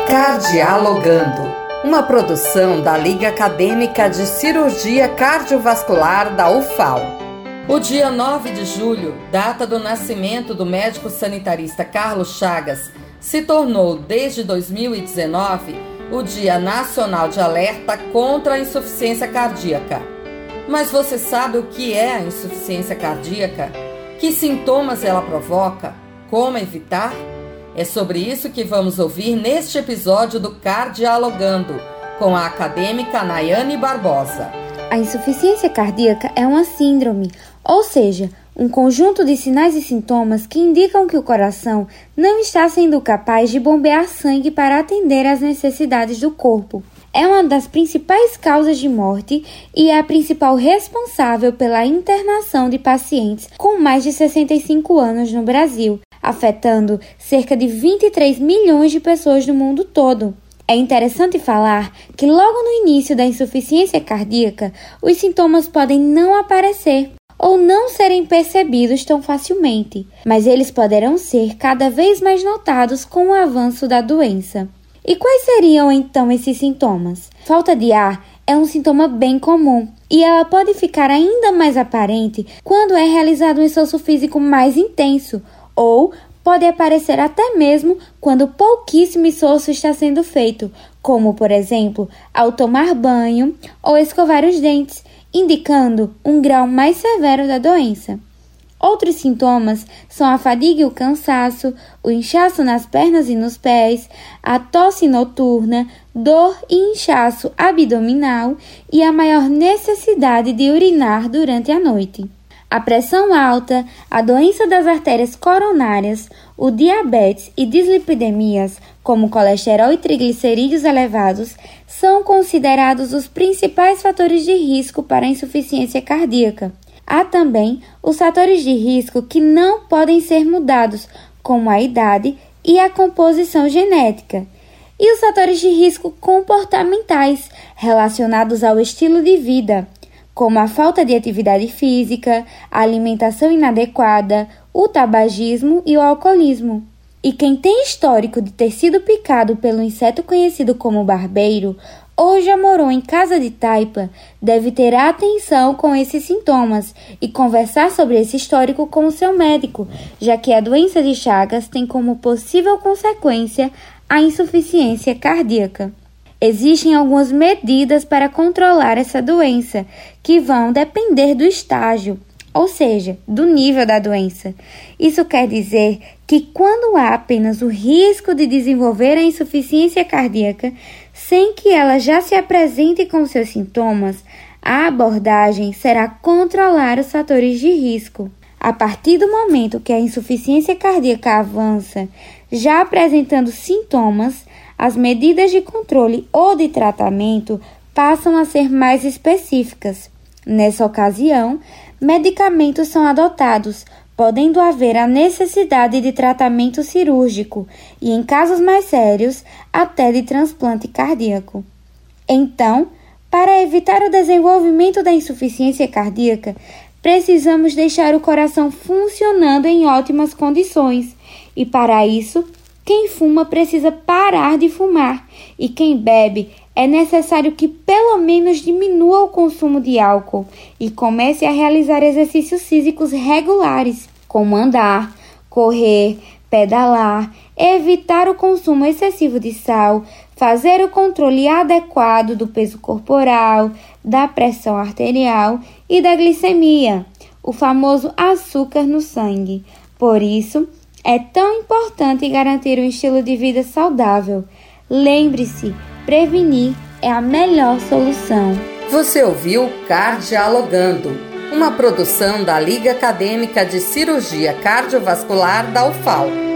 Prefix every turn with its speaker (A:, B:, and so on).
A: Cardialogando, uma produção da Liga Acadêmica de Cirurgia Cardiovascular da UFAL. O dia 9 de julho, data do nascimento do médico sanitarista Carlos Chagas, se tornou, desde 2019, o Dia Nacional de Alerta contra a Insuficiência Cardíaca. Mas você sabe o que é a insuficiência cardíaca? Que sintomas ela provoca? Como evitar? É sobre isso que vamos ouvir neste episódio do Cardialogando, com a acadêmica Nayane Barbosa.
B: A insuficiência cardíaca é uma síndrome, ou seja, um conjunto de sinais e sintomas que indicam que o coração não está sendo capaz de bombear sangue para atender às necessidades do corpo. É uma das principais causas de morte e é a principal responsável pela internação de pacientes com mais de 65 anos no Brasil, afetando cerca de 23 milhões de pessoas no mundo todo. É interessante falar que logo no início da insuficiência cardíaca, os sintomas podem não aparecer ou não serem percebidos tão facilmente, mas eles poderão ser cada vez mais notados com o avanço da doença. E quais seriam então esses sintomas? Falta de ar é um sintoma bem comum e ela pode ficar ainda mais aparente quando é realizado um esforço físico mais intenso ou pode aparecer até mesmo quando pouquíssimo esforço está sendo feito, como, por exemplo, ao tomar banho ou escovar os dentes, indicando um grau mais severo da doença. Outros sintomas são a fadiga e o cansaço, o inchaço nas pernas e nos pés, a tosse noturna, dor e inchaço abdominal e a maior necessidade de urinar durante a noite. A pressão alta, a doença das artérias coronárias, o diabetes e dislipidemias, como colesterol e triglicerídeos elevados, são considerados os principais fatores de risco para a insuficiência cardíaca. Há também os fatores de risco que não podem ser mudados, como a idade e a composição genética. E os fatores de risco comportamentais, relacionados ao estilo de vida, como a falta de atividade física, a alimentação inadequada, o tabagismo e o alcoolismo. E quem tem histórico de ter sido picado pelo inseto conhecido como barbeiro ou já morou em casa de taipa, deve ter atenção com esses sintomas e conversar sobre esse histórico com o seu médico, já que a doença de Chagas tem como possível consequência a insuficiência cardíaca. Existem algumas medidas para controlar essa doença, que vão depender do estágio, ou seja, do nível da doença. Isso quer dizer que quando há apenas o risco de desenvolver a insuficiência cardíaca, sem que ela já se apresente com seus sintomas, a abordagem será controlar os fatores de risco. A partir do momento que a insuficiência cardíaca avança, já apresentando sintomas, as medidas de controle ou de tratamento passam a ser mais específicas. Nessa ocasião, medicamentos são adotados, podendo haver a necessidade de tratamento cirúrgico e, em casos mais sérios, até de transplante cardíaco. Então, para evitar o desenvolvimento da insuficiência cardíaca, precisamos deixar o coração funcionando em ótimas condições e, para isso, quem fuma precisa parar de fumar e quem bebe é necessário que pelo menos diminua o consumo de álcool e comece a realizar exercícios físicos regulares, como andar, correr, pedalar, evitar o consumo excessivo de sal, fazer o controle adequado do peso corporal, da pressão arterial e da glicemia, o famoso açúcar no sangue. Por isso, é tão importante garantir um estilo de vida saudável. Lembre-se, prevenir é a melhor solução.
A: Você ouviu Cardialogando, uma produção da Liga Acadêmica de Cirurgia Cardiovascular da UFAL.